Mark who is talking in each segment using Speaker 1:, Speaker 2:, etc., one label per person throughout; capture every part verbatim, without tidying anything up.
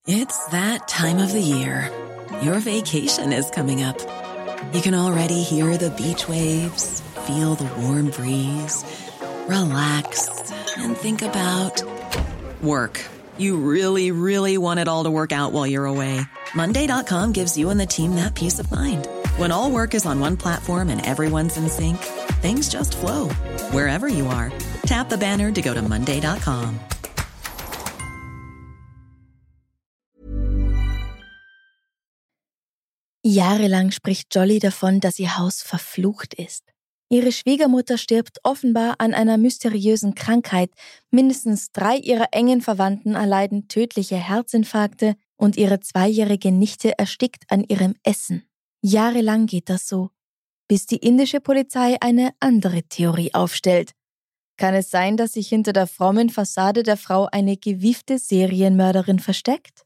Speaker 1: It's that time of the year. Your vacation is coming up. You can already hear the beach waves, feel the warm breeze, relax, and think about work. You really, really want it all to work out while you're away. Monday dot com gives you and the team that peace of mind. When all work is on one platform and everyone's in sync, things just flow. Wherever you are, tap the banner to go to Monday dot com.
Speaker 2: Jahrelang spricht Jolly davon, dass ihr Haus verflucht ist. Ihre Schwiegermutter stirbt offenbar an einer mysteriösen Krankheit, mindestens drei ihrer engen Verwandten erleiden tödliche Herzinfarkte und ihre zweijährige Nichte erstickt an ihrem Essen. Jahrelang geht das so, bis die indische Polizei eine andere Theorie aufstellt. Kann es sein, dass sich hinter der frommen Fassade der Frau eine gewiefte Serienmörderin versteckt?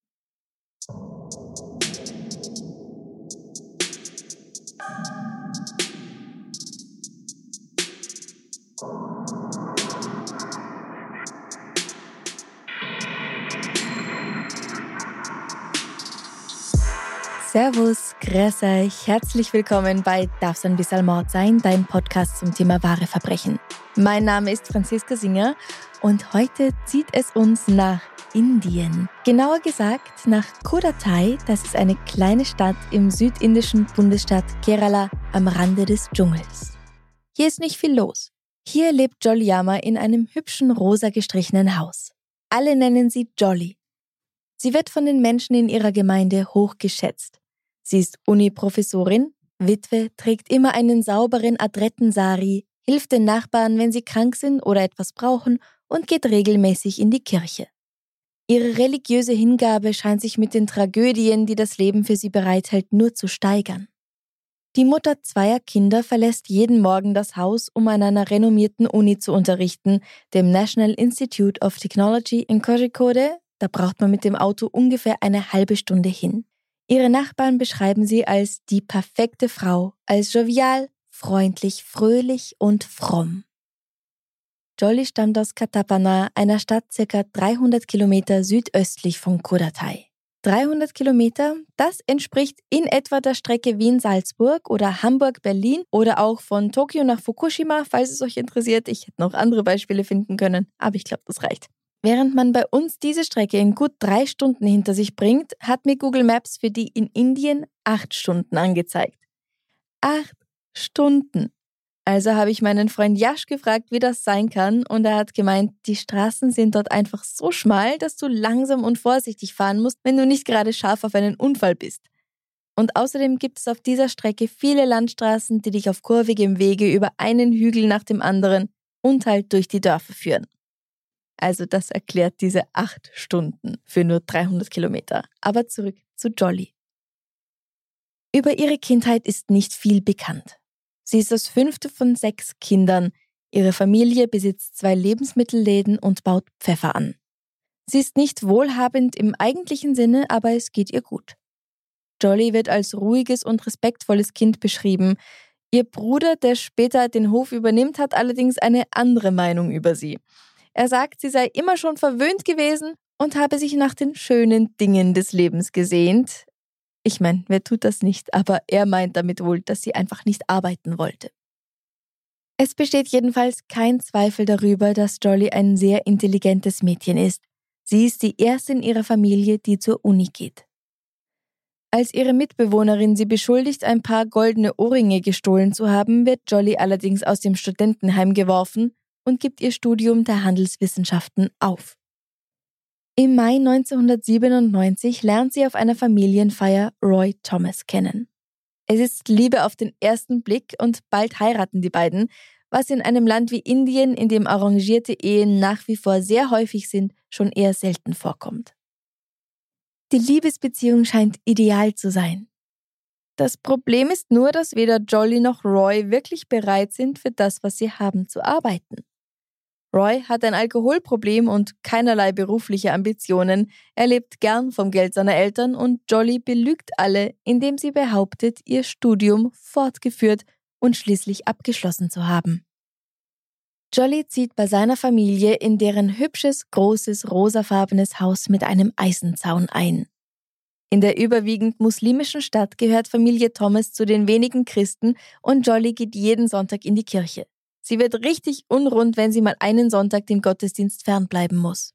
Speaker 2: Servus, grüß euch, herzlich willkommen bei Darf's ein bisschen Mord sein, dein Podcast zum Thema wahre Verbrechen. Mein Name ist Franziska Singer und heute zieht es uns nach Indien. Genauer gesagt nach Kodatai, das ist eine kleine Stadt im südindischen Bundesstaat Kerala am Rande des Dschungels. Hier ist nicht viel los. Hier lebt Jolliyama in einem hübschen rosa gestrichenen Haus. Alle nennen sie Jolly. Sie wird von den Menschen in ihrer Gemeinde hoch geschätzt. Sie ist Uni-Professorin, Witwe, trägt immer einen sauberen, adretten Sari, hilft den Nachbarn, wenn sie krank sind oder etwas brauchen und geht regelmäßig in die Kirche. Ihre religiöse Hingabe scheint sich mit den Tragödien, die das Leben für sie bereithält, nur zu steigern. Die Mutter zweier Kinder verlässt jeden Morgen das Haus, um an einer renommierten Uni zu unterrichten, dem National Institute of Technology in Kozhikode. Da braucht man mit dem Auto ungefähr eine halbe Stunde hin. Ihre Nachbarn beschreiben sie als die perfekte Frau, als jovial, freundlich, fröhlich und fromm. Jolly stammt aus Katapana, einer Stadt ca. dreihundert Kilometer südöstlich von Kodatai. dreihundert Kilometer, das entspricht in etwa der Strecke Wien-Salzburg oder Hamburg-Berlin oder auch von Tokio nach Fukushima, falls es euch interessiert. Ich hätte noch andere Beispiele finden können, aber ich glaube, das reicht. Während man bei uns diese Strecke in gut drei Stunden hinter sich bringt, hat mir Google Maps für die in Indien acht Stunden angezeigt. Acht Stunden! Also habe ich meinen Freund Yash gefragt, wie das sein kann, und er hat gemeint, die Straßen sind dort einfach so schmal, dass du langsam und vorsichtig fahren musst, wenn du nicht gerade scharf auf einen Unfall bist. Und außerdem gibt es auf dieser Strecke viele Landstraßen, die dich auf kurvigem Wege über einen Hügel nach dem anderen und halt durch die Dörfer führen. Also das erklärt diese acht Stunden für nur dreihundert Kilometer. Aber zurück zu Jolly. Über ihre Kindheit ist nicht viel bekannt. Sie ist das fünfte von sechs Kindern. Ihre Familie besitzt zwei Lebensmittelläden und baut Pfeffer an. Sie ist nicht wohlhabend im eigentlichen Sinne, aber es geht ihr gut. Jolly wird als ruhiges und respektvolles Kind beschrieben. Ihr Bruder, der später den Hof übernimmt, hat allerdings eine andere Meinung über sie. Er sagt, sie sei immer schon verwöhnt gewesen und habe sich nach den schönen Dingen des Lebens gesehnt. Ich meine, wer tut das nicht, aber er meint damit wohl, dass sie einfach nicht arbeiten wollte. Es besteht jedenfalls kein Zweifel darüber, dass Jolly ein sehr intelligentes Mädchen ist. Sie ist die erste in ihrer Familie, die zur Uni geht. Als ihre Mitbewohnerin sie beschuldigt, ein paar goldene Ohrringe gestohlen zu haben, wird Jolly allerdings aus dem Studentenheim geworfen und gibt ihr Studium der Handelswissenschaften auf. Im Mai neunzehnhundertsiebenundneunzig lernt sie auf einer Familienfeier Roy Thomas kennen. Es ist Liebe auf den ersten Blick und bald heiraten die beiden, was in einem Land wie Indien, in dem arrangierte Ehen nach wie vor sehr häufig sind, schon eher selten vorkommt. Die Liebesbeziehung scheint ideal zu sein. Das Problem ist nur, dass weder Jolly noch Roy wirklich bereit sind, für das, was sie haben, zu arbeiten. Roy hat ein Alkoholproblem und keinerlei berufliche Ambitionen. Er lebt gern vom Geld seiner Eltern und Jolly belügt alle, indem sie behauptet, ihr Studium fortgeführt und schließlich abgeschlossen zu haben. Jolly zieht bei seiner Familie in deren hübsches, großes, rosafarbenes Haus mit einem Eisenzaun ein. In der überwiegend muslimischen Stadt gehört Familie Thomas zu den wenigen Christen und Jolly geht jeden Sonntag in die Kirche. Sie wird richtig unrund, wenn sie mal einen Sonntag dem Gottesdienst fernbleiben muss.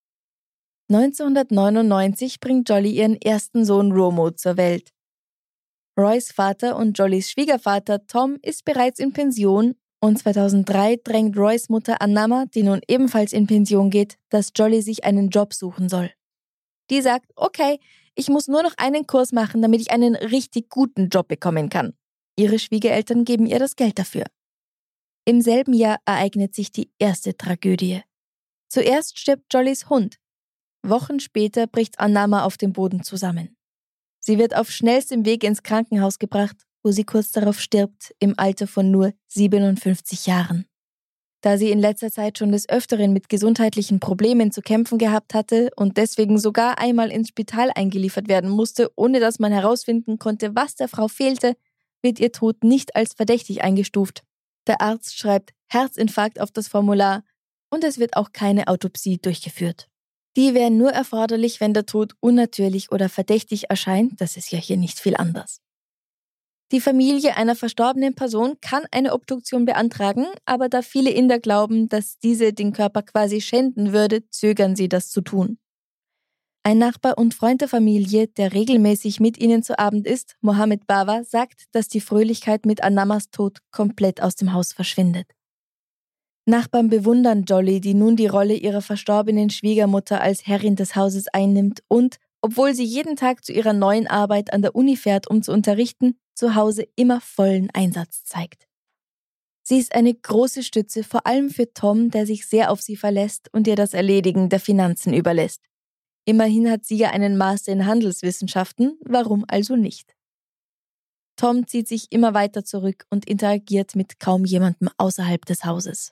Speaker 2: neunzehnhundertneunundneunzig bringt Jolly ihren ersten Sohn Romo zur Welt. Roys Vater und Jollys Schwiegervater Tom ist bereits in Pension und zweitausenddrei drängt Roys Mutter Annama, die nun ebenfalls in Pension geht, dass Jolly sich einen Job suchen soll. Die sagt, okay, ich muss nur noch einen Kurs machen, damit ich einen richtig guten Job bekommen kann. Ihre Schwiegereltern geben ihr das Geld dafür. Im selben Jahr ereignet sich die erste Tragödie. Zuerst stirbt Jollys Hund. Wochen später bricht Annama auf dem Boden zusammen. Sie wird auf schnellstem Weg ins Krankenhaus gebracht, wo sie kurz darauf stirbt, im Alter von nur siebenundfünfzig Jahren. Da sie in letzter Zeit schon des Öfteren mit gesundheitlichen Problemen zu kämpfen gehabt hatte und deswegen sogar einmal ins Spital eingeliefert werden musste, ohne dass man herausfinden konnte, was der Frau fehlte, wird ihr Tod nicht als verdächtig eingestuft. Der Arzt schreibt Herzinfarkt auf das Formular und es wird auch keine Autopsie durchgeführt. Die wäre nur erforderlich, wenn der Tod unnatürlich oder verdächtig erscheint, das ist ja hier nicht viel anders. Die Familie einer verstorbenen Person kann eine Obduktion beantragen, aber da viele Inder glauben, dass diese den Körper quasi schänden würde, zögern sie, das zu tun. Ein Nachbar und Freund der Familie, der regelmäßig mit ihnen zu Abend isst, Mohammed Bawa, sagt, dass die Fröhlichkeit mit Annamas Tod komplett aus dem Haus verschwindet. Nachbarn bewundern Jolly, die nun die Rolle ihrer verstorbenen Schwiegermutter als Herrin des Hauses einnimmt und, obwohl sie jeden Tag zu ihrer neuen Arbeit an der Uni fährt, um zu unterrichten, zu Hause immer vollen Einsatz zeigt. Sie ist eine große Stütze, vor allem für Tom, der sich sehr auf sie verlässt und ihr das Erledigen der Finanzen überlässt. Immerhin hat sie ja einen Master in Handelswissenschaften, warum also nicht? Tom zieht sich immer weiter zurück und interagiert mit kaum jemandem außerhalb des Hauses.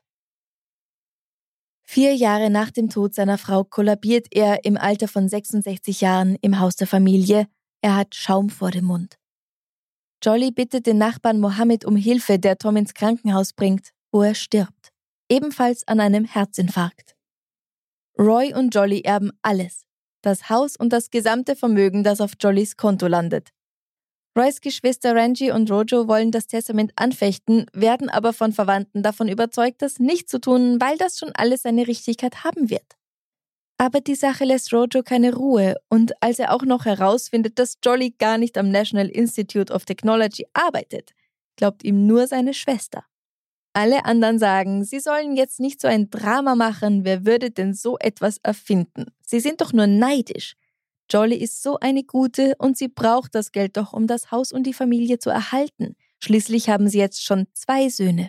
Speaker 2: Vier Jahre nach dem Tod seiner Frau kollabiert er im Alter von sechsundsechzig Jahren im Haus der Familie. Er hat Schaum vor dem Mund. Jolly bittet den Nachbarn Mohammed um Hilfe, der Tom ins Krankenhaus bringt, wo er stirbt. Ebenfalls an einem Herzinfarkt. Roy und Jolly erben alles. Das Haus und das gesamte Vermögen, das auf Jollys Konto landet. Roys Geschwister Ranji und Rojo wollen das Testament anfechten, werden aber von Verwandten davon überzeugt, das nicht zu tun, weil das schon alles seine Richtigkeit haben wird. Aber die Sache lässt Rojo keine Ruhe und als er auch noch herausfindet, dass Jolly gar nicht am National Institute of Technology arbeitet, glaubt ihm nur seine Schwester. Alle anderen sagen, sie sollen jetzt nicht so ein Drama machen, wer würde denn so etwas erfinden? Sie sind doch nur neidisch. Jolly ist so eine Gute und sie braucht das Geld doch, um das Haus und die Familie zu erhalten. Schließlich haben sie jetzt schon zwei Söhne.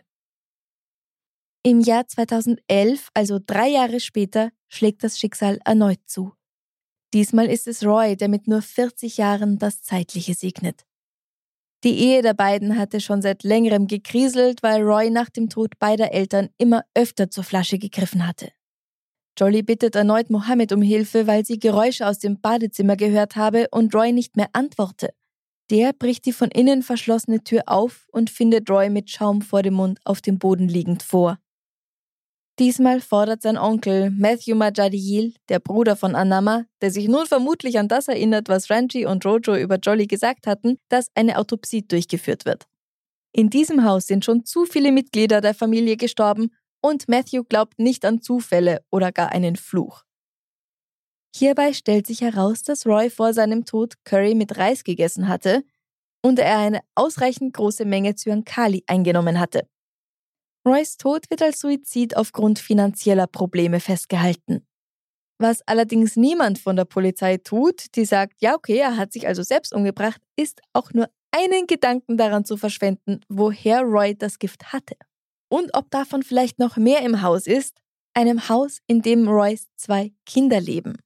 Speaker 2: Im Jahr zweitausendelf, also drei Jahre später, schlägt das Schicksal erneut zu. Diesmal ist es Roy, der mit nur vierzig Jahren das Zeitliche segnet. Die Ehe der beiden hatte schon seit längerem gekriselt, weil Roy nach dem Tod beider Eltern immer öfter zur Flasche gegriffen hatte. Jolly bittet erneut Mohammed um Hilfe, weil sie Geräusche aus dem Badezimmer gehört habe und Roy nicht mehr antworte. Der bricht die von innen verschlossene Tür auf und findet Roy mit Schaum vor dem Mund auf dem Boden liegend vor. Diesmal fordert sein Onkel Matthew Majadiyil, der Bruder von Annama, der sich nun vermutlich an das erinnert, was Ranji und Rojo über Jolly gesagt hatten, dass eine Autopsie durchgeführt wird. In diesem Haus sind schon zu viele Mitglieder der Familie gestorben und Matthew glaubt nicht an Zufälle oder gar einen Fluch. Hierbei stellt sich heraus, dass Roy vor seinem Tod Curry mit Reis gegessen hatte und er eine ausreichend große Menge Zyankali eingenommen hatte. Roys Tod wird als Suizid aufgrund finanzieller Probleme festgehalten. Was allerdings niemand von der Polizei tut, die sagt, ja okay, er hat sich also selbst umgebracht, ist auch nur einen Gedanken daran zu verschwenden, woher Roy das Gift hatte. Und ob davon vielleicht noch mehr im Haus ist, einem Haus, in dem Roys zwei Kinder leben.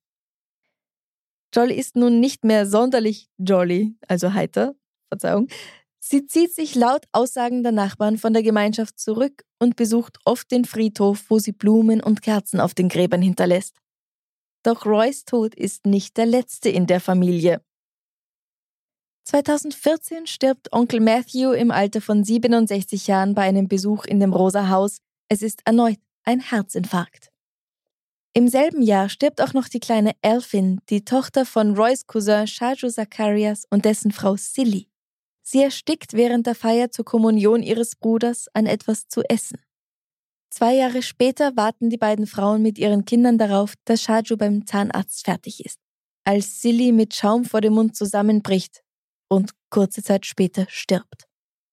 Speaker 2: Jolly ist nun nicht mehr sonderlich jolly, also heiter, Verzeihung. Sie zieht sich laut Aussagen der Nachbarn von der Gemeinschaft zurück und besucht oft den Friedhof, wo sie Blumen und Kerzen auf den Gräbern hinterlässt. Doch Roys Tod ist nicht der letzte in der Familie. zweitausendvierzehn stirbt Onkel Matthew im Alter von siebenundsechzig Jahren bei einem Besuch in dem Rosa Haus. Es ist erneut ein Herzinfarkt. Im selben Jahr stirbt auch noch die kleine Elfin, die Tochter von Roys Cousin Shaju Zacharias und dessen Frau Silly. Sie erstickt während der Feier zur Kommunion ihres Bruders an etwas zu essen. Zwei Jahre später warten die beiden Frauen mit ihren Kindern darauf, dass Shaju beim Zahnarzt fertig ist, als Silly mit Schaum vor dem Mund zusammenbricht und kurze Zeit später stirbt.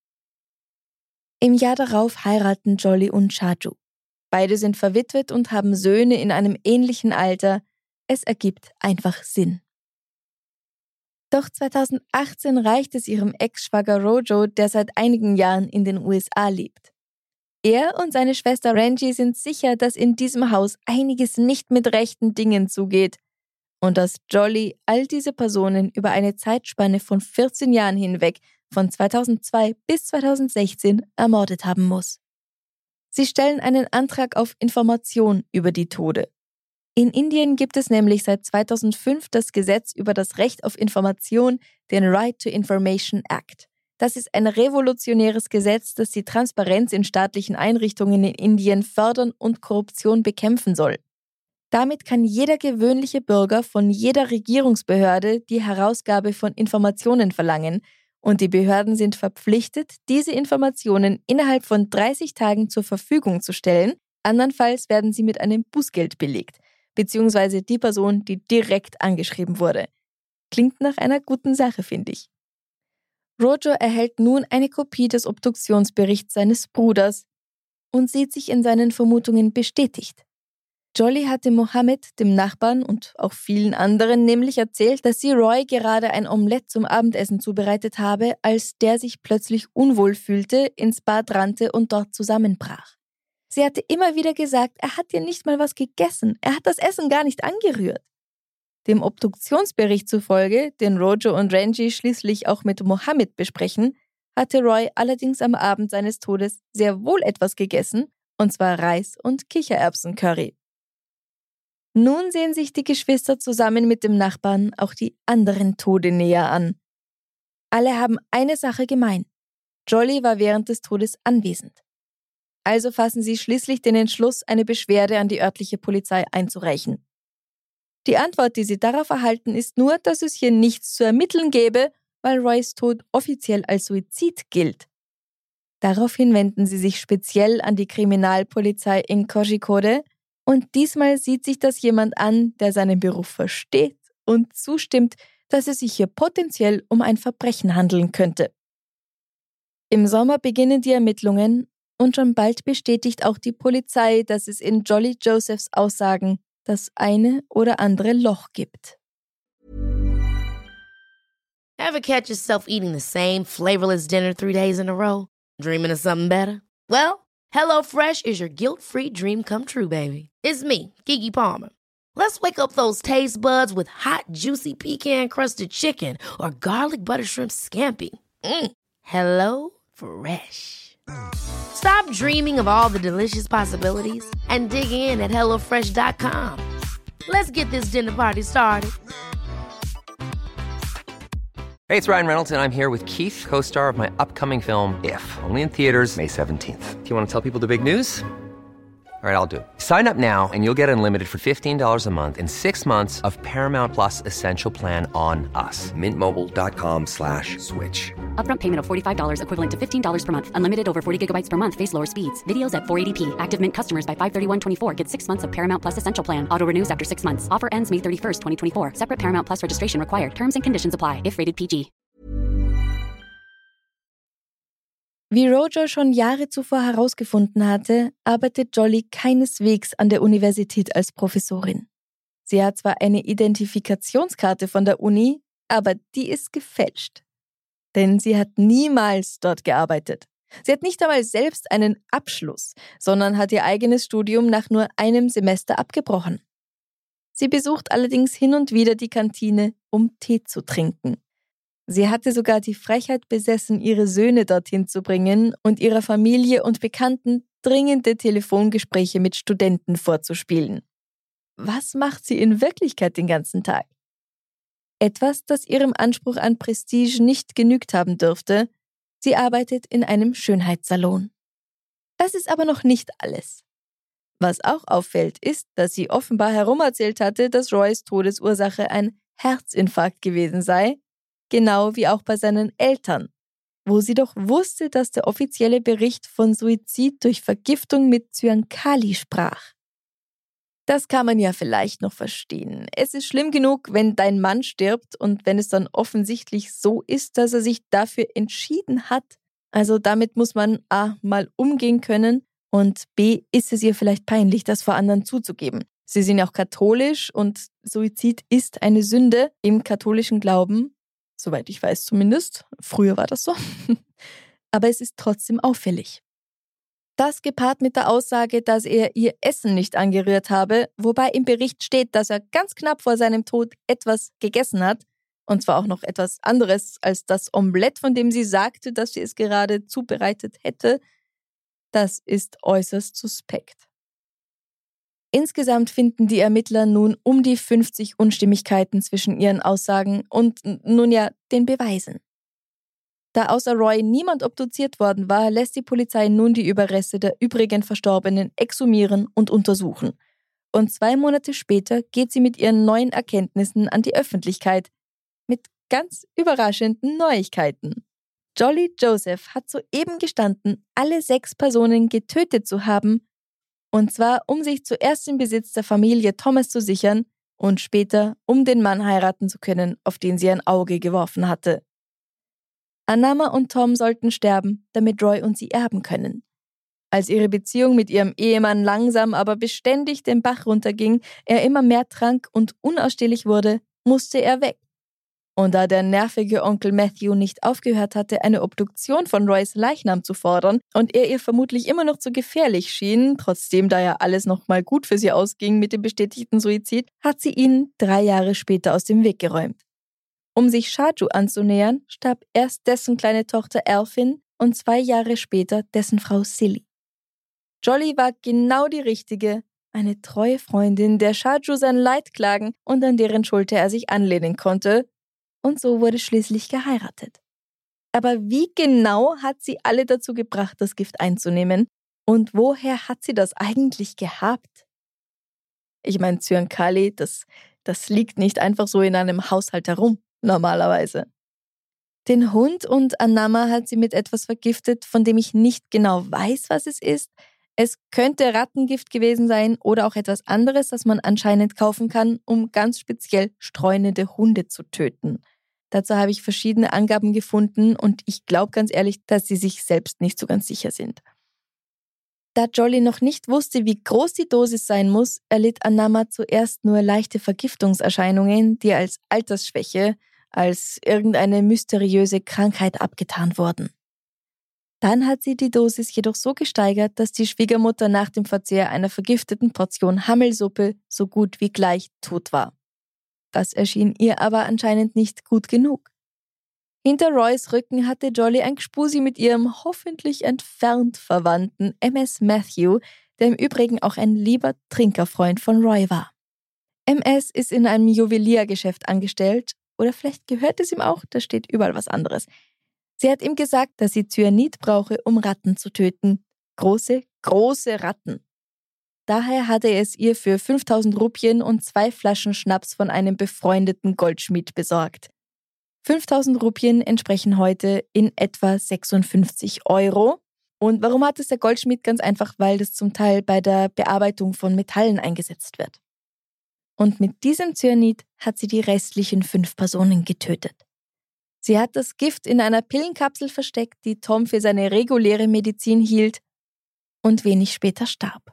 Speaker 2: Im Jahr darauf heiraten Jolly und Shaju. Beide sind verwitwet und haben Söhne in einem ähnlichen Alter. Es ergibt einfach Sinn. Doch zweitausendachtzehn reicht es ihrem Ex-Schwager Rojo, der seit einigen Jahren in den U S A lebt. Er und seine Schwester Renji sind sicher, dass in diesem Haus einiges nicht mit rechten Dingen zugeht und dass Jolly all diese Personen über eine Zeitspanne von vierzehn Jahren hinweg, von zweitausendzwei bis zweitausendsechzehn, ermordet haben muss. Sie stellen einen Antrag auf Information über die Tode. In Indien gibt es nämlich seit zweitausendfünf das Gesetz über das Recht auf Information, den Right to Information Act. Das ist ein revolutionäres Gesetz, das die Transparenz in staatlichen Einrichtungen in Indien fördern und Korruption bekämpfen soll. Damit kann jeder gewöhnliche Bürger von jeder Regierungsbehörde die Herausgabe von Informationen verlangen, und die Behörden sind verpflichtet, diese Informationen innerhalb von dreißig Tagen zur Verfügung zu stellen, andernfalls werden sie mit einem Bußgeld belegt, beziehungsweise die Person, die direkt angeschrieben wurde. Klingt nach einer guten Sache, finde ich. Rojo erhält nun eine Kopie des Obduktionsberichts seines Bruders und sieht sich in seinen Vermutungen bestätigt. Jolly hatte Mohammed, dem Nachbarn und auch vielen anderen, nämlich erzählt, dass sie Roy gerade ein Omelett zum Abendessen zubereitet habe, als der sich plötzlich unwohl fühlte, ins Bad rannte und dort zusammenbrach. Sie hatte immer wieder gesagt, er hat ja nicht mal was gegessen, er hat das Essen gar nicht angerührt. Dem Obduktionsbericht zufolge, den Rojo und Renji schließlich auch mit Mohammed besprechen, hatte Roy allerdings am Abend seines Todes sehr wohl etwas gegessen, und zwar Reis und Kichererbsencurry. Nun sehen sich die Geschwister zusammen mit dem Nachbarn auch die anderen Tode näher an. Alle haben eine Sache gemein. Jolly war während des Todes anwesend. Also fassen sie schließlich den Entschluss, eine Beschwerde an die örtliche Polizei einzureichen. Die Antwort, die sie darauf erhalten, ist nur, dass es hier nichts zu ermitteln gäbe, weil Roys Tod offiziell als Suizid gilt. Daraufhin wenden sie sich speziell an die Kriminalpolizei in Kozhikode, und diesmal sieht sich das jemand an, der seinen Beruf versteht und zustimmt, dass es sich hier potenziell um ein Verbrechen handeln könnte. Im Sommer beginnen die Ermittlungen und schon bald bestätigt auch die Polizei, dass es in Jolly Josephs Aussagen das eine oder andere Loch gibt.
Speaker 3: Ever catch yourself eating the same flavorless dinner three days in a row? Dreaming of something better? Well, HelloFresh is your guilt-free dream come true, baby. It's me, Keke Palmer. Let's wake up those taste buds with hot, juicy pecan-crusted chicken or garlic butter shrimp scampi. Mm. Hello Fresh. Stop dreaming of all the delicious possibilities and dig in at hello fresh dot com. Let's get this dinner party started.
Speaker 4: Hey, it's Ryan Reynolds, and I'm here with Keith, co-star of my upcoming film, If, only in theaters May seventeenth. Do you want to tell people the big news? All right, I'll do it. Sign up now and you'll get unlimited for fifteen dollars a month and six months of Paramount Plus Essential Plan on us. Mint Mobile dot com slash switch.
Speaker 5: Upfront payment of forty-five dollars equivalent to fifteen dollars per month. Unlimited over forty gigabytes per month. Face lower speeds. Videos at four eighty p. Active Mint customers by five thirty-one twenty-four get six months of Paramount Plus Essential Plan. Auto renews after six months. Offer ends May thirty-first, twenty twenty-four. Separate Paramount Plus registration required. Terms and conditions apply if rated P G.
Speaker 2: Wie Rojo schon Jahre zuvor herausgefunden hatte, arbeitet Jolly keineswegs an der Universität als Professorin. Sie hat zwar eine Identifikationskarte von der Uni, aber die ist gefälscht. Denn sie hat niemals dort gearbeitet. Sie hat nicht einmal selbst einen Abschluss, sondern hat ihr eigenes Studium nach nur einem Semester abgebrochen. Sie besucht allerdings hin und wieder die Kantine, um Tee zu trinken. Sie hatte sogar die Frechheit besessen, ihre Söhne dorthin zu bringen und ihrer Familie und Bekannten dringende Telefongespräche mit Studenten vorzuspielen. Was macht sie in Wirklichkeit den ganzen Tag? Etwas, das ihrem Anspruch an Prestige nicht genügt haben dürfte. Sie arbeitet in einem Schönheitssalon. Das ist aber noch nicht alles. Was auch auffällt, ist, dass sie offenbar herumerzählt hatte, dass Roys Todesursache ein Herzinfarkt gewesen sei, genau wie auch bei seinen Eltern, wo sie doch wusste, dass der offizielle Bericht von Suizid durch Vergiftung mit Zyankali sprach. Das kann man ja vielleicht noch verstehen. Es ist schlimm genug, wenn dein Mann stirbt und wenn es dann offensichtlich so ist, dass er sich dafür entschieden hat. Also damit muss man A. mal umgehen können und B. ist es ihr vielleicht peinlich, das vor anderen zuzugeben. Sie sind ja auch katholisch und Suizid ist eine Sünde im katholischen Glauben. Soweit ich weiß zumindest. Früher war das so. Aber es ist trotzdem auffällig. Das gepaart mit der Aussage, dass er ihr Essen nicht angerührt habe, wobei im Bericht steht, dass er ganz knapp vor seinem Tod etwas gegessen hat, und zwar auch noch etwas anderes als das Omelett, von dem sie sagte, dass sie es gerade zubereitet hätte. Das ist äußerst suspekt. Insgesamt finden die Ermittler nun um die fünfzig Unstimmigkeiten zwischen ihren Aussagen und nun ja den Beweisen. Da außer Roy niemand obduziert worden war, lässt die Polizei nun die Überreste der übrigen Verstorbenen exhumieren und untersuchen. Und zwei Monate später geht sie mit ihren neuen Erkenntnissen an die Öffentlichkeit. Mit ganz überraschenden Neuigkeiten. Jolly Joseph hat soeben gestanden, alle sechs Personen getötet zu haben, und zwar um sich zuerst den Besitz der Familie Thomas zu sichern und später um den Mann heiraten zu können, auf den sie ein Auge geworfen hatte. Annama und Tom sollten sterben, damit Roy und sie erben können. Als ihre Beziehung mit ihrem Ehemann langsam, aber beständig den Bach runterging, er immer mehr trank und unausstehlich wurde, musste er weg. Und da der nervige Onkel Matthew nicht aufgehört hatte, eine Obduktion von Roys Leichnam zu fordern und er ihr vermutlich immer noch zu gefährlich schien, trotzdem da ja alles nochmal gut für sie ausging mit dem bestätigten Suizid, hat sie ihn drei Jahre später aus dem Weg geräumt. Um sich Shaju anzunähern, starb erst dessen kleine Tochter Elfin und zwei Jahre später dessen Frau Silly. Jolly war genau die richtige, eine treue Freundin, der Shaju sein Leid klagen und an deren Schulter er sich anlehnen konnte, und so wurde schließlich geheiratet. Aber wie genau hat sie alle dazu gebracht, das Gift einzunehmen? Und woher hat sie das eigentlich gehabt? Ich meine, Zyankali, das, das liegt nicht einfach so in einem Haushalt herum, normalerweise. Den Hund und Annama hat sie mit etwas vergiftet, von dem ich nicht genau weiß, was es ist. Es könnte Rattengift gewesen sein oder auch etwas anderes, das man anscheinend kaufen kann, um ganz speziell streunende Hunde zu töten. Dazu habe ich verschiedene Angaben gefunden und ich glaube ganz ehrlich, dass sie sich selbst nicht so ganz sicher sind. Da Jolly noch nicht wusste, wie groß die Dosis sein muss, erlitt Annama zuerst nur leichte Vergiftungserscheinungen, die als Altersschwäche, als irgendeine mysteriöse Krankheit abgetan wurden. Dann hat sie die Dosis jedoch so gesteigert, dass die Schwiegermutter nach dem Verzehr einer vergifteten Portion Hammelsuppe so gut wie gleich tot war. Das erschien ihr aber anscheinend nicht gut genug. Hinter Roys Rücken hatte Jolly ein Gspusi mit ihrem hoffentlich entfernt Verwandten M S Matthew, der im Übrigen auch ein lieber Trinkerfreund von Roy war. M S ist in einem Juweliergeschäft angestellt, oder vielleicht gehört es ihm auch, da steht überall was anderes. Sie hat ihm gesagt, dass sie Cyanid brauche, um Ratten zu töten. Große, große Ratten. Daher hatte er es ihr für fünftausend Rupien und zwei Flaschen Schnaps von einem befreundeten Goldschmied besorgt. fünftausend Rupien entsprechen heute in etwa sechsundfünfzig Euro. Und warum hat es der Goldschmied? Ganz einfach, weil das zum Teil bei der Bearbeitung von Metallen eingesetzt wird. Und mit diesem Cyanid hat sie die restlichen fünf Personen getötet. Sie hat das Gift in einer Pillenkapsel versteckt, die Tom für seine reguläre Medizin hielt und wenig später starb.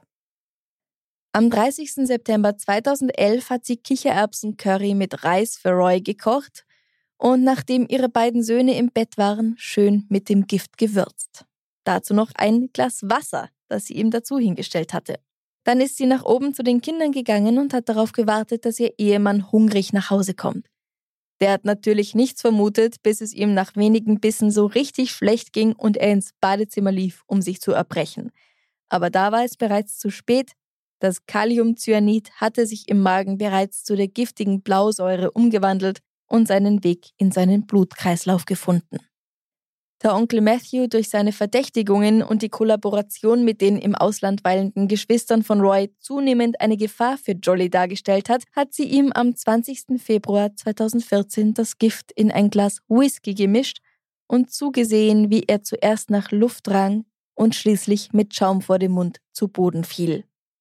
Speaker 2: Am dreißigsten September zweitausendelf hat sie Kichererbsen-Curry mit Reis für Roy gekocht und nachdem ihre beiden Söhne im Bett waren, schön mit dem Gift gewürzt. Dazu noch ein Glas Wasser, das sie ihm dazu hingestellt hatte. Dann ist sie nach oben zu den Kindern gegangen und hat darauf gewartet, dass ihr Ehemann hungrig nach Hause kommt. Der hat natürlich nichts vermutet, bis es ihm nach wenigen Bissen so richtig schlecht ging und er ins Badezimmer lief, um sich zu erbrechen. Aber da war es bereits zu spät. Das Kaliumcyanid hatte sich im Magen bereits zu der giftigen Blausäure umgewandelt und seinen Weg in seinen Blutkreislauf gefunden. Da Onkel Matthew durch seine Verdächtigungen und die Kollaboration mit den im Ausland weilenden Geschwistern von Roy zunehmend eine Gefahr für Jolly dargestellt hat, hat sie ihm am zwanzigsten Februar zweitausendvierzehn das Gift in ein Glas Whisky gemischt und zugesehen, wie er zuerst nach Luft rang und schließlich mit Schaum vor dem Mund zu Boden fiel.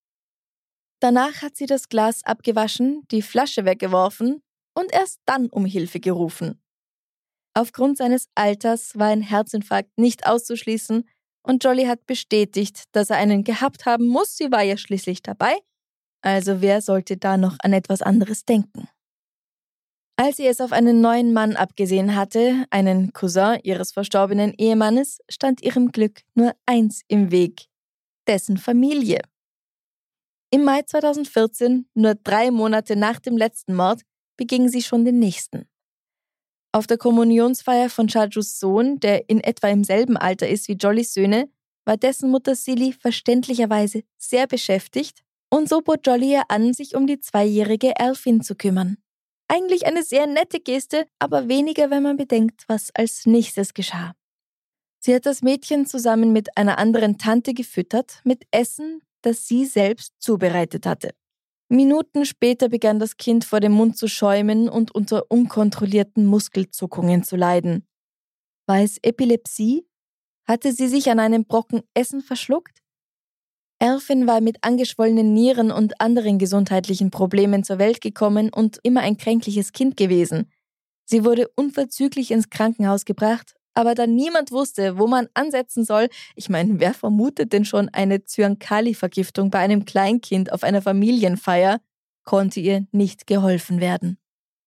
Speaker 2: Danach hat sie das Glas abgewaschen, die Flasche weggeworfen und erst dann um Hilfe gerufen. Aufgrund seines Alters war ein Herzinfarkt nicht auszuschließen und Jolly hat bestätigt, dass er einen gehabt haben muss, sie war ja schließlich dabei, also wer sollte da noch an etwas anderes denken? Als sie es auf einen neuen Mann abgesehen hatte, einen Cousin ihres verstorbenen Ehemannes, stand ihrem Glück nur eins im Weg: dessen Familie. Im Mai zweitausendvierzehn, nur drei Monate nach dem letzten Mord, beging sie schon den nächsten. Auf der Kommunionsfeier von Shajus Sohn, der in etwa im selben Alter ist wie Jollys Söhne, war dessen Mutter Silly verständlicherweise sehr beschäftigt und so bot Jolly ihr an, sich um die zweijährige Elfin zu kümmern. Eigentlich eine sehr nette Geste, aber weniger, wenn man bedenkt, was als nächstes geschah. Sie hat das Mädchen zusammen mit einer anderen Tante gefüttert mit Essen, das sie selbst zubereitet hatte. Minuten später begann das Kind vor dem Mund zu schäumen und unter unkontrollierten Muskelzuckungen zu leiden. War es Epilepsie? Hatte sie sich an einem Brocken Essen verschluckt? Elfin war mit angeschwollenen Nieren und anderen gesundheitlichen Problemen zur Welt gekommen und immer ein kränkliches Kind gewesen. Sie wurde unverzüglich ins Krankenhaus gebracht, aber da niemand wusste, wo man ansetzen soll, ich meine, wer vermutet denn schon eine Zyankali-Vergiftung bei einem Kleinkind auf einer Familienfeier, konnte ihr nicht geholfen werden.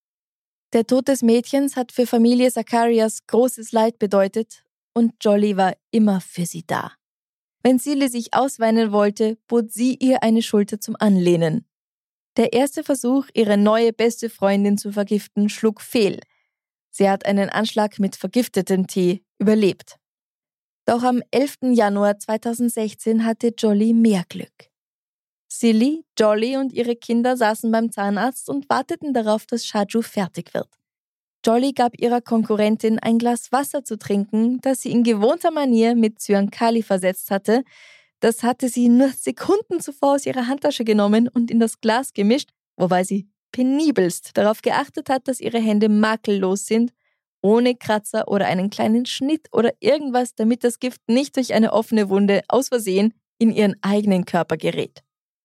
Speaker 2: Der Tod des Mädchens hat für Familie Zacharias großes Leid bedeutet und Jolly war immer für sie da. Wenn Silly sich ausweinen wollte, bot sie ihr eine Schulter zum Anlehnen. Der erste Versuch, ihre neue beste Freundin zu vergiften, schlug fehl. Sie hat einen Anschlag mit vergiftetem Tee überlebt. Doch am elften Januar zweitausendsechzehn hatte Jolly mehr Glück. Silly, Jolly und ihre Kinder saßen beim Zahnarzt und warteten darauf, dass Shaju fertig wird. Jolly gab ihrer Konkurrentin ein Glas Wasser zu trinken, das sie in gewohnter Manier mit Zyankali versetzt hatte. Das hatte sie nur Sekunden zuvor aus ihrer Handtasche genommen und in das Glas gemischt, wobei sie penibelst darauf geachtet hat, dass ihre Hände makellos sind, ohne Kratzer oder einen kleinen Schnitt oder irgendwas, damit das Gift nicht durch eine offene Wunde aus Versehen in ihren eigenen Körper gerät.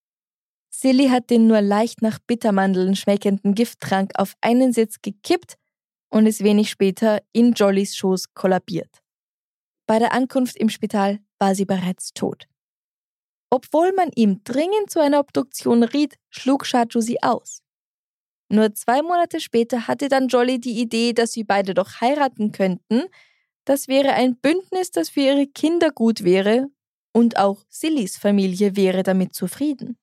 Speaker 2: Silly hat den nur leicht nach Bittermandeln schmeckenden Gifttrank auf einen Sitz gekippt und ist wenig später in Jollys Schoß kollabiert. Bei der Ankunft im Spital war sie bereits tot. Obwohl man ihm dringend zu einer Obduktion riet, schlug Shaju sie aus. Nur zwei Monate später hatte dann Jolly die Idee, dass sie beide doch heiraten könnten. Das wäre ein Bündnis, das für ihre Kinder gut wäre und auch Sillys Familie wäre damit zufrieden.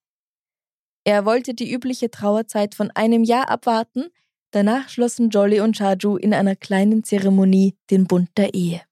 Speaker 2: Er wollte die übliche Trauerzeit von einem Jahr abwarten, danach schlossen Jolly und Shaju in einer kleinen Zeremonie den Bund der Ehe.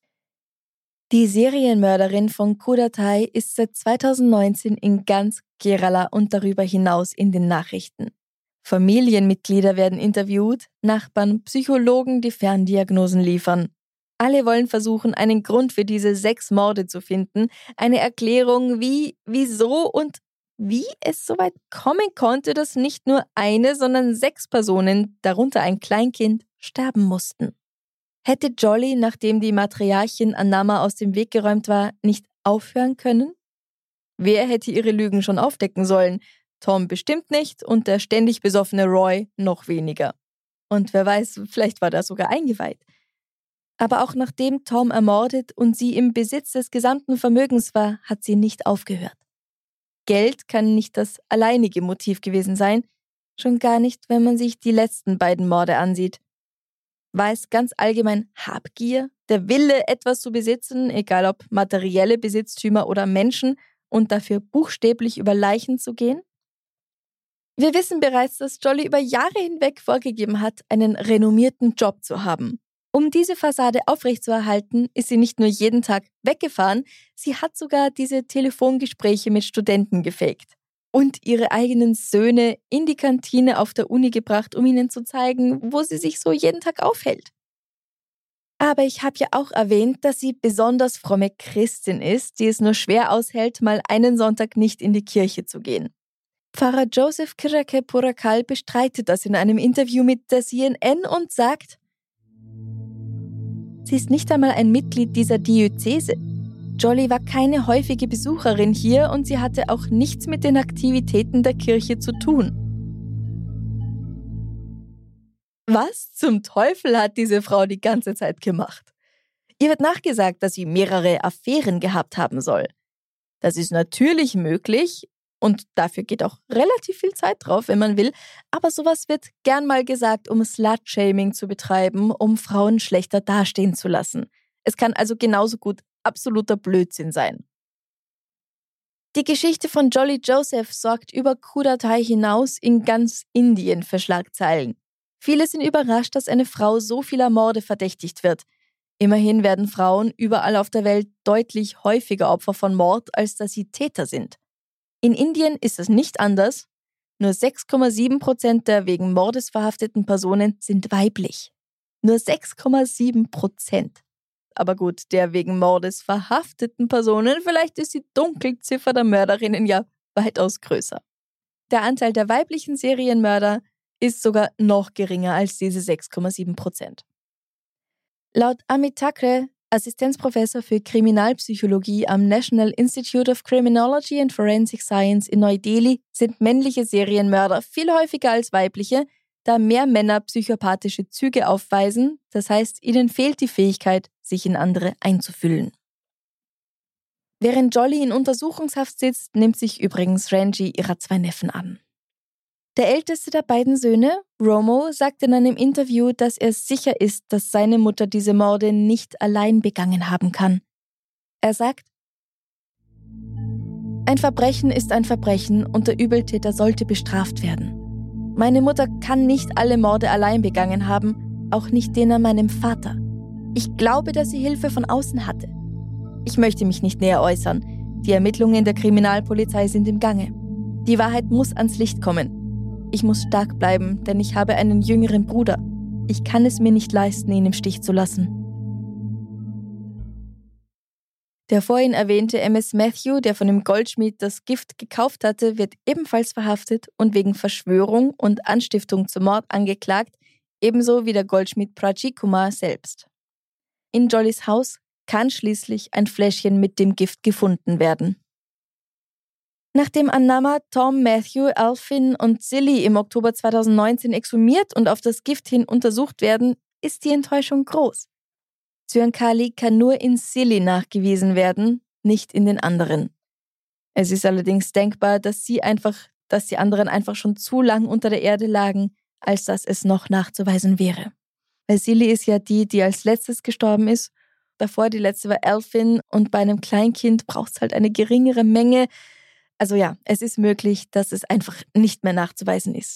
Speaker 2: Die Serienmörderin von Kudatai ist seit zweitausendneunzehn in ganz Kerala und darüber hinaus in den Nachrichten. Familienmitglieder werden interviewt, Nachbarn, Psychologen, die Ferndiagnosen liefern. Alle wollen versuchen, einen Grund für diese sechs Morde zu finden, eine Erklärung, wie, wieso und wie es so weit kommen konnte, dass nicht nur eine, sondern sechs Personen, darunter ein Kleinkind, sterben mussten. Hätte Jolly, nachdem die Matriarchin Annama aus dem Weg geräumt war, nicht aufhören können? Wer hätte ihre Lügen schon aufdecken sollen? Tom bestimmt nicht und der ständig besoffene Roy noch weniger. Und wer weiß, vielleicht war er sogar eingeweiht. Aber auch nachdem Tom ermordet und sie im Besitz des gesamten Vermögens war, hat sie nicht aufgehört. Geld kann nicht das alleinige Motiv gewesen sein, schon gar nicht, wenn man sich die letzten beiden Morde ansieht. War es ganz allgemein Habgier, der Wille, etwas zu besitzen, egal ob materielle Besitztümer oder Menschen, und dafür buchstäblich über Leichen zu gehen? Wir wissen bereits, dass Jolly über Jahre hinweg vorgegeben hat, einen renommierten Job zu haben. Um diese Fassade aufrechtzuerhalten, ist sie nicht nur jeden Tag weggefahren, sie hat sogar diese Telefongespräche mit Studenten gefaked und ihre eigenen Söhne in die Kantine auf der Uni gebracht, um ihnen zu zeigen, wo sie sich so jeden Tag aufhält. Aber ich habe ja auch erwähnt, dass sie besonders fromme Christin ist, die es nur schwer aushält, mal einen Sonntag nicht in die Kirche zu gehen. Pfarrer Joseph Kirake Purakal bestreitet das in einem Interview mit der C N N und sagt, sie ist nicht einmal ein Mitglied dieser Diözese. Jolly war keine häufige Besucherin hier und sie hatte auch nichts mit den Aktivitäten der Kirche zu tun. Was zum Teufel hat diese Frau die ganze Zeit gemacht? Ihr wird nachgesagt, dass sie mehrere Affären gehabt haben soll. Das ist natürlich möglich und dafür geht auch relativ viel Zeit drauf, wenn man will, aber sowas wird gern mal gesagt, um Slut-Shaming zu betreiben, um Frauen schlechter dastehen zu lassen. Es kann also genauso gut absoluter Blödsinn sein. Die Geschichte von Jolly Joseph sorgt über Kudatai hinaus in ganz Indien für Schlagzeilen. Viele sind überrascht, dass eine Frau so vieler Morde verdächtigt wird. Immerhin werden Frauen überall auf der Welt deutlich häufiger Opfer von Mord, als dass sie Täter sind. In Indien ist es nicht anders. Nur sechs Komma sieben Prozent der wegen Mordes verhafteten Personen sind weiblich. Nur sechs Komma sieben Prozent. Aber gut, der wegen Mordes verhafteten Personen, vielleicht ist die Dunkelziffer der Mörderinnen ja weitaus größer. Der Anteil der weiblichen Serienmörder ist sogar noch geringer als diese sechs Komma sieben Prozent. Laut Amit Thakre, Assistenzprofessor für Kriminalpsychologie am National Institute of Criminology and Forensic Science in Neu-Delhi, sind männliche Serienmörder viel häufiger als weibliche, da mehr Männer psychopathische Züge aufweisen, das heißt, ihnen fehlt die Fähigkeit, sich in andere einzufühlen. Während Jolly in Untersuchungshaft sitzt, nimmt sich übrigens Ranji ihrer zwei Neffen an. Der älteste der beiden Söhne, Romo, sagt in einem Interview, dass er sicher ist, dass seine Mutter diese Morde nicht allein begangen haben kann. Er sagt, ein Verbrechen ist ein Verbrechen und der Übeltäter sollte bestraft werden. Meine Mutter kann nicht alle Morde allein begangen haben, auch nicht den an meinem Vater. Ich glaube, dass sie Hilfe von außen hatte. Ich möchte mich nicht näher äußern. Die Ermittlungen der Kriminalpolizei sind im Gange. Die Wahrheit muss ans Licht kommen. Ich muss stark bleiben, denn ich habe einen jüngeren Bruder. Ich kann es mir nicht leisten, ihn im Stich zu lassen. Der vorhin erwähnte M S Matthew, der von dem Goldschmied das Gift gekauft hatte, wird ebenfalls verhaftet und wegen Verschwörung und Anstiftung zum Mord angeklagt, ebenso wie der Goldschmied Prajeet Kumar selbst. In Jollys Haus kann schließlich ein Fläschchen mit dem Gift gefunden werden. Nachdem Annama, Tom, Matthew, Alvin und Silly im Oktober zweitausendneunzehn exhumiert und auf das Gift hin untersucht werden, ist die Enttäuschung groß. Zyankali kann nur in Silly nachgewiesen werden, nicht in den anderen. Es ist allerdings denkbar, dass sie einfach, dass die anderen einfach schon zu lang unter der Erde lagen, als dass es noch nachzuweisen wäre. Weil Silly ist ja die, die als letztes gestorben ist. Davor die letzte war Alvin und bei einem Kleinkind braucht es halt eine geringere Menge. Also ja, es ist möglich, dass es einfach nicht mehr nachzuweisen ist.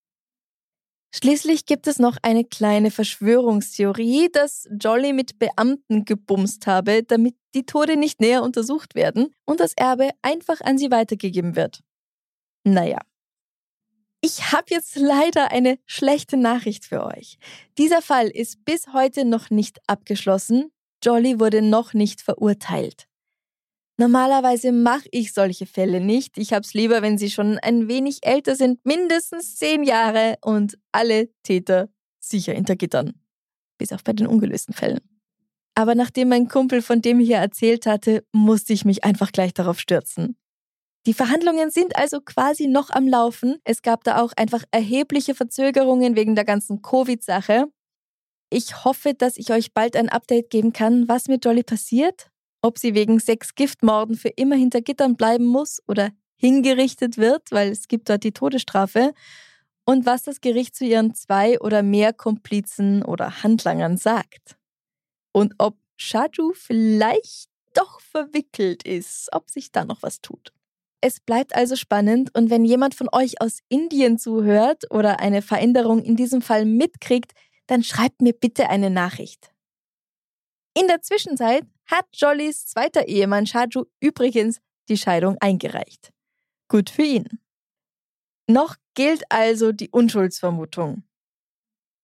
Speaker 2: Schließlich gibt es noch eine kleine Verschwörungstheorie, dass Jolly mit Beamten gebumst habe, damit die Tode nicht näher untersucht werden und das Erbe einfach an sie weitergegeben wird. Naja. Ich habe jetzt leider eine schlechte Nachricht für euch. Dieser Fall ist bis heute noch nicht abgeschlossen. Jolly wurde noch nicht verurteilt. Normalerweise mache ich solche Fälle nicht. Ich hab's lieber, wenn sie schon ein wenig älter sind, mindestens zehn Jahre und alle Täter sicher hinter Gittern. Bis auf bei den ungelösten Fällen. Aber nachdem mein Kumpel von dem hier erzählt hatte, musste ich mich einfach gleich darauf stürzen. Die Verhandlungen sind also quasi noch am Laufen. Es gab da auch einfach erhebliche Verzögerungen wegen der ganzen Covid-Sache. Ich hoffe, dass ich euch bald ein Update geben kann, was mit Jolly passiert. Ob sie wegen sechs Giftmorden für immer hinter Gittern bleiben muss oder hingerichtet wird, weil es gibt dort die Todesstrafe, und was das Gericht zu ihren zwei oder mehr Komplizen oder Handlangern sagt. Und ob Shaju vielleicht doch verwickelt ist, ob sich da noch was tut. Es bleibt also spannend und wenn jemand von euch aus Indien zuhört oder eine Veränderung in diesem Fall mitkriegt, dann schreibt mir bitte eine Nachricht. In der Zwischenzeit hat Jollys zweiter Ehemann Shaju übrigens die Scheidung eingereicht. Gut für ihn. Noch gilt also die Unschuldsvermutung.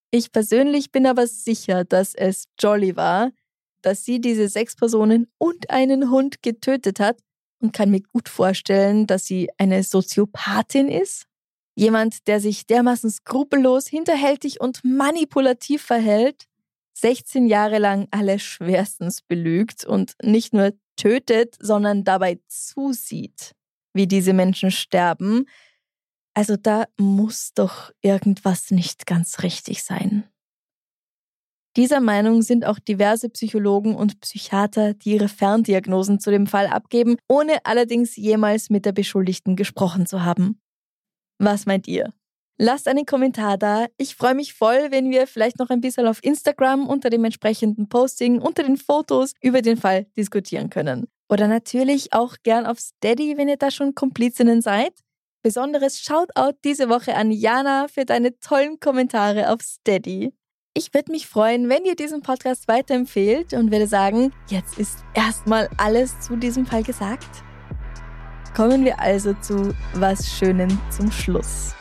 Speaker 2: Ich persönlich bin aber sicher, dass es Jolly war, dass sie diese sechs Personen und einen Hund getötet hat und kann mir gut vorstellen, dass sie eine Soziopathin ist. Jemand, der sich dermaßen skrupellos, hinterhältig und manipulativ verhält, sechzehn Jahre lang alle schwerstens belügt und nicht nur tötet, sondern dabei zusieht, wie diese Menschen sterben. Also da muss doch irgendwas nicht ganz richtig sein. Dieser Meinung sind auch diverse Psychologen und Psychiater, die ihre Ferndiagnosen zu dem Fall abgeben, ohne allerdings jemals mit der Beschuldigten gesprochen zu haben. Was meint ihr? Lasst einen Kommentar da. Ich freue mich voll, wenn wir vielleicht noch ein bisschen auf Instagram unter dem entsprechenden Posting, unter den Fotos über den Fall diskutieren können. Oder natürlich auch gern auf Steady, wenn ihr da schon Komplizinnen seid. Besonderes Shoutout diese Woche an Jana für deine tollen Kommentare auf Steady. Ich würde mich freuen, wenn ihr diesen Podcast weiterempfehlt und würde sagen, jetzt ist erstmal alles zu diesem Fall gesagt. Kommen wir also zu was Schönem zum Schluss.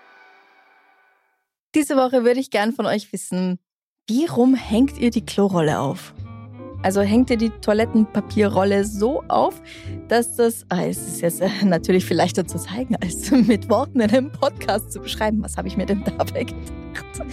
Speaker 2: Diese Woche würde ich gern von euch wissen, wie rum hängt ihr die Klorolle auf? Also hängt ihr die Toilettenpapierrolle so auf, dass das, ah, es ist jetzt natürlich viel leichter zu zeigen, als mit Worten in einem Podcast zu beschreiben. Was habe ich mir denn dabei gedacht?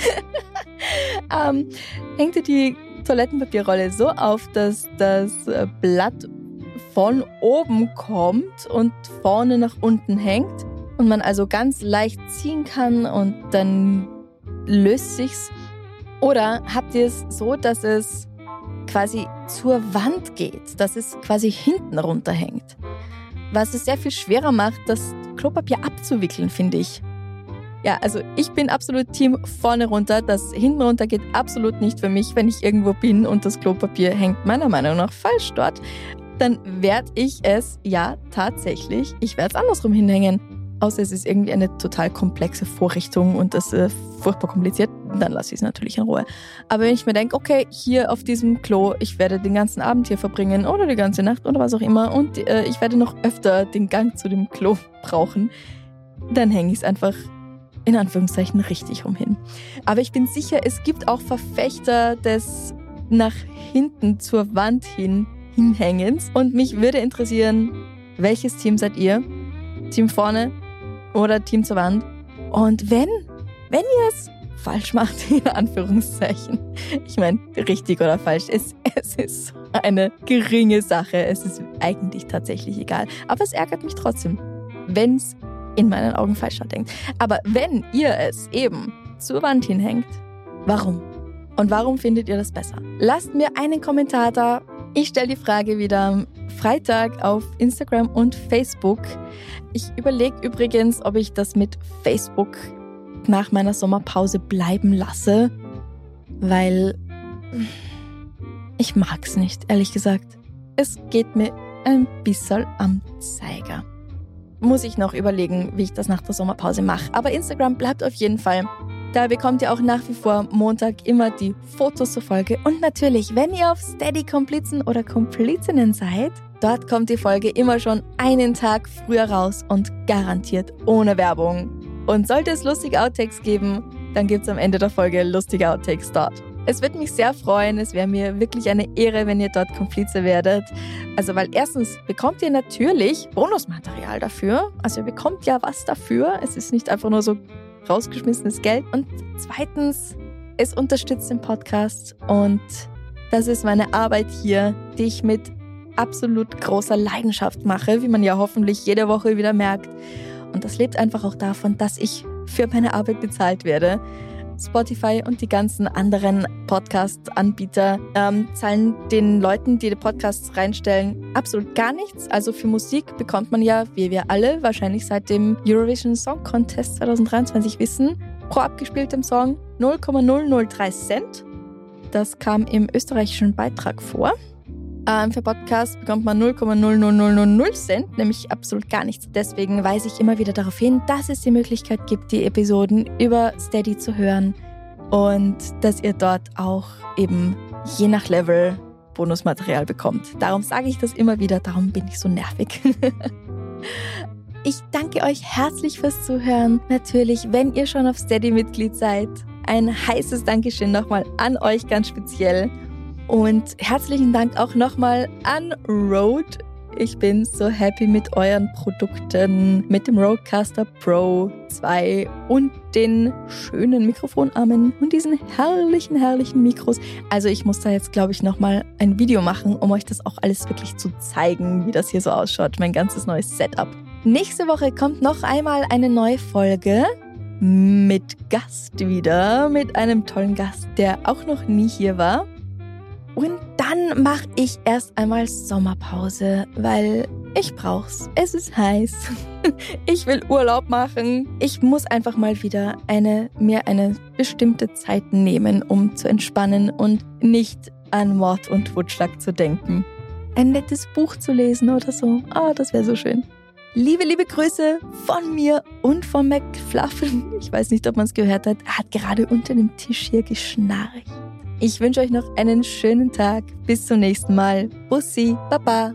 Speaker 2: ähm, hängt ihr die Toilettenpapierrolle so auf, dass das Blatt von oben kommt und vorne nach unten hängt und man also ganz leicht ziehen kann und dann löst sich's? Oder habt ihr es so, dass es quasi zur Wand geht, dass es quasi hinten runterhängt? Was es sehr viel schwerer macht, das Klopapier abzuwickeln, finde ich. Ja, also ich bin absolut Team vorne runter. Das hinten runter geht absolut nicht für mich. Wenn ich irgendwo bin und das Klopapier hängt meiner Meinung nach falsch dort, dann werde ich es, ja tatsächlich, ich werde es andersrum hinhängen. Außer es ist irgendwie eine total komplexe Vorrichtung und das ist äh, furchtbar kompliziert, dann lasse ich es natürlich in Ruhe. Aber wenn ich mir denke, okay, hier auf diesem Klo, ich werde den ganzen Abend hier verbringen oder die ganze Nacht oder was auch immer und äh, ich werde noch öfter den Gang zu dem Klo brauchen, dann hänge ich es einfach in Anführungszeichen richtig rum hin. Aber ich bin sicher, es gibt auch Verfechter des nach hinten zur Wand hin hinhängens und mich würde interessieren, welches Team seid ihr? Team vorne oder Team zur Wand? Und wenn, wenn ihr es falsch macht, in Anführungszeichen, ich meine, richtig oder falsch, es, es ist eine geringe Sache, es ist eigentlich tatsächlich egal, aber es ärgert mich trotzdem, wenn es in meinen Augen falsch denkt. Aber wenn ihr es eben zur Wand hinhängt, warum? Und warum findet ihr das besser? Lasst mir einen Kommentar da. Ich stelle die Frage wieder am Freitag auf Instagram und Facebook. Ich überlege übrigens, ob ich das mit Facebook nach meiner Sommerpause bleiben lasse, weil ich mag es nicht, ehrlich gesagt. Es geht mir ein bisschen am Zeiger. Muss ich noch überlegen, wie ich das nach der Sommerpause mache. Aber Instagram bleibt auf jeden Fall. Da bekommt ihr auch nach wie vor Montag immer die Fotos zur Folge. Und natürlich, wenn ihr auf Steady Komplizen oder Komplizinnen seid, dort kommt die Folge immer schon einen Tag früher raus und garantiert ohne Werbung. Und sollte es lustige Outtakes geben, dann gibt es am Ende der Folge lustige Outtakes dort. Es würde mich sehr freuen, es wäre mir wirklich eine Ehre, wenn ihr dort Komplize werdet. Also weil erstens bekommt ihr natürlich Bonusmaterial dafür. Also ihr bekommt ja was dafür. Es ist nicht einfach nur so rausgeschmissenes Geld. Und zweitens, es unterstützt den Podcast. Und das ist meine Arbeit hier, die ich mit absolut großer Leidenschaft mache, wie man ja hoffentlich jede Woche wieder merkt. Und das lebt einfach auch davon, dass ich für meine Arbeit bezahlt werde. Spotify und die ganzen anderen Podcast-Anbieter ähm, zahlen den Leuten, die die Podcasts reinstellen, absolut gar nichts. Also für Musik bekommt man ja, wie wir alle, wahrscheinlich seit dem Eurovision Song Contest zwanzig dreiundzwanzig wissen, pro abgespieltem Song null Komma null null drei Cent. Das kam im österreichischen Beitrag vor. Ähm, für Podcasts bekommt man null Komma null null null null null Cent, nämlich absolut gar nichts. Deswegen weise ich immer wieder darauf hin, dass es die Möglichkeit gibt, die Episoden über Steady zu hören und dass ihr dort auch eben je nach Level Bonusmaterial bekommt. Darum sage ich das immer wieder, darum bin ich so nervig. Ich danke euch herzlich fürs Zuhören. Natürlich, wenn ihr schon auf Steady Mitglied seid, ein heißes Dankeschön nochmal an euch ganz speziell. Und herzlichen Dank auch nochmal an Rode. Ich bin so happy mit euren Produkten, mit dem Rodecaster Pro zwei und den schönen Mikrofonarmen und diesen herrlichen, herrlichen Mikros. Also ich muss da jetzt, glaube ich, nochmal ein Video machen, um euch das auch alles wirklich zu zeigen, wie das hier so ausschaut, mein ganzes neues Setup. Nächste Woche kommt noch einmal eine neue Folge mit Gast wieder, mit einem tollen Gast, der auch noch nie hier war. Und dann mache ich erst einmal Sommerpause, weil ich brauch's. Es ist heiß. Ich will Urlaub machen. Ich muss einfach mal wieder eine, mir eine bestimmte Zeit nehmen, um zu entspannen und nicht an Mord und Totschlag zu denken. Ein nettes Buch zu lesen oder so. Ah, das wäre so schön. Liebe, liebe Grüße von mir und von McFluffen. Ich weiß nicht, ob man es gehört hat. Er hat gerade unter dem Tisch hier geschnarcht. Ich wünsche euch noch einen schönen Tag. Bis zum nächsten Mal. Bussi, Baba.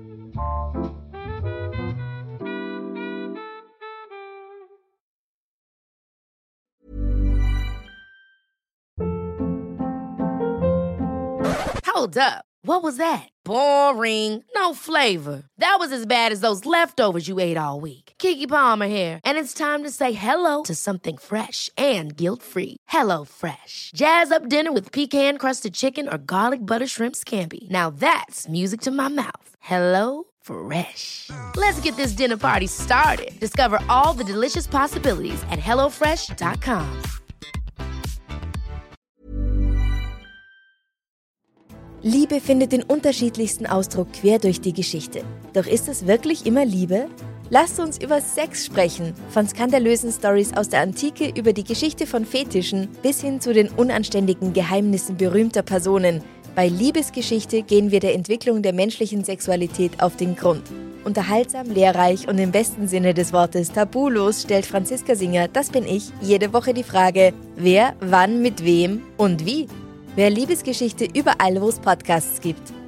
Speaker 3: Hold up. What was that? Boring. No flavor. That was as bad as those leftovers you ate all week. Keke Palmer here, and it's time to say hello to something fresh and guilt-free. Hello Fresh. Jazz up dinner with pecan-crusted chicken or garlic butter shrimp scampi. Now that's music to my mouth. Hello Fresh. Let's get this dinner party started. Discover all the delicious possibilities at hello fresh dot com.
Speaker 6: Liebe findet den unterschiedlichsten Ausdruck quer durch die Geschichte. Doch ist es wirklich immer Liebe? Lasst uns über Sex sprechen. Von skandalösen Storys aus der Antike über die Geschichte von Fetischen bis hin zu den unanständigen Geheimnissen berühmter Personen. Bei Liebesgeschichte gehen wir der Entwicklung der menschlichen Sexualität auf den Grund. Unterhaltsam, lehrreich und im besten Sinne des Wortes tabulos stellt Franziska Singer, das bin ich, jede Woche die Frage, wer, wann, mit wem und wie. Wer Liebesgeschichte überall, wo es Podcasts gibt.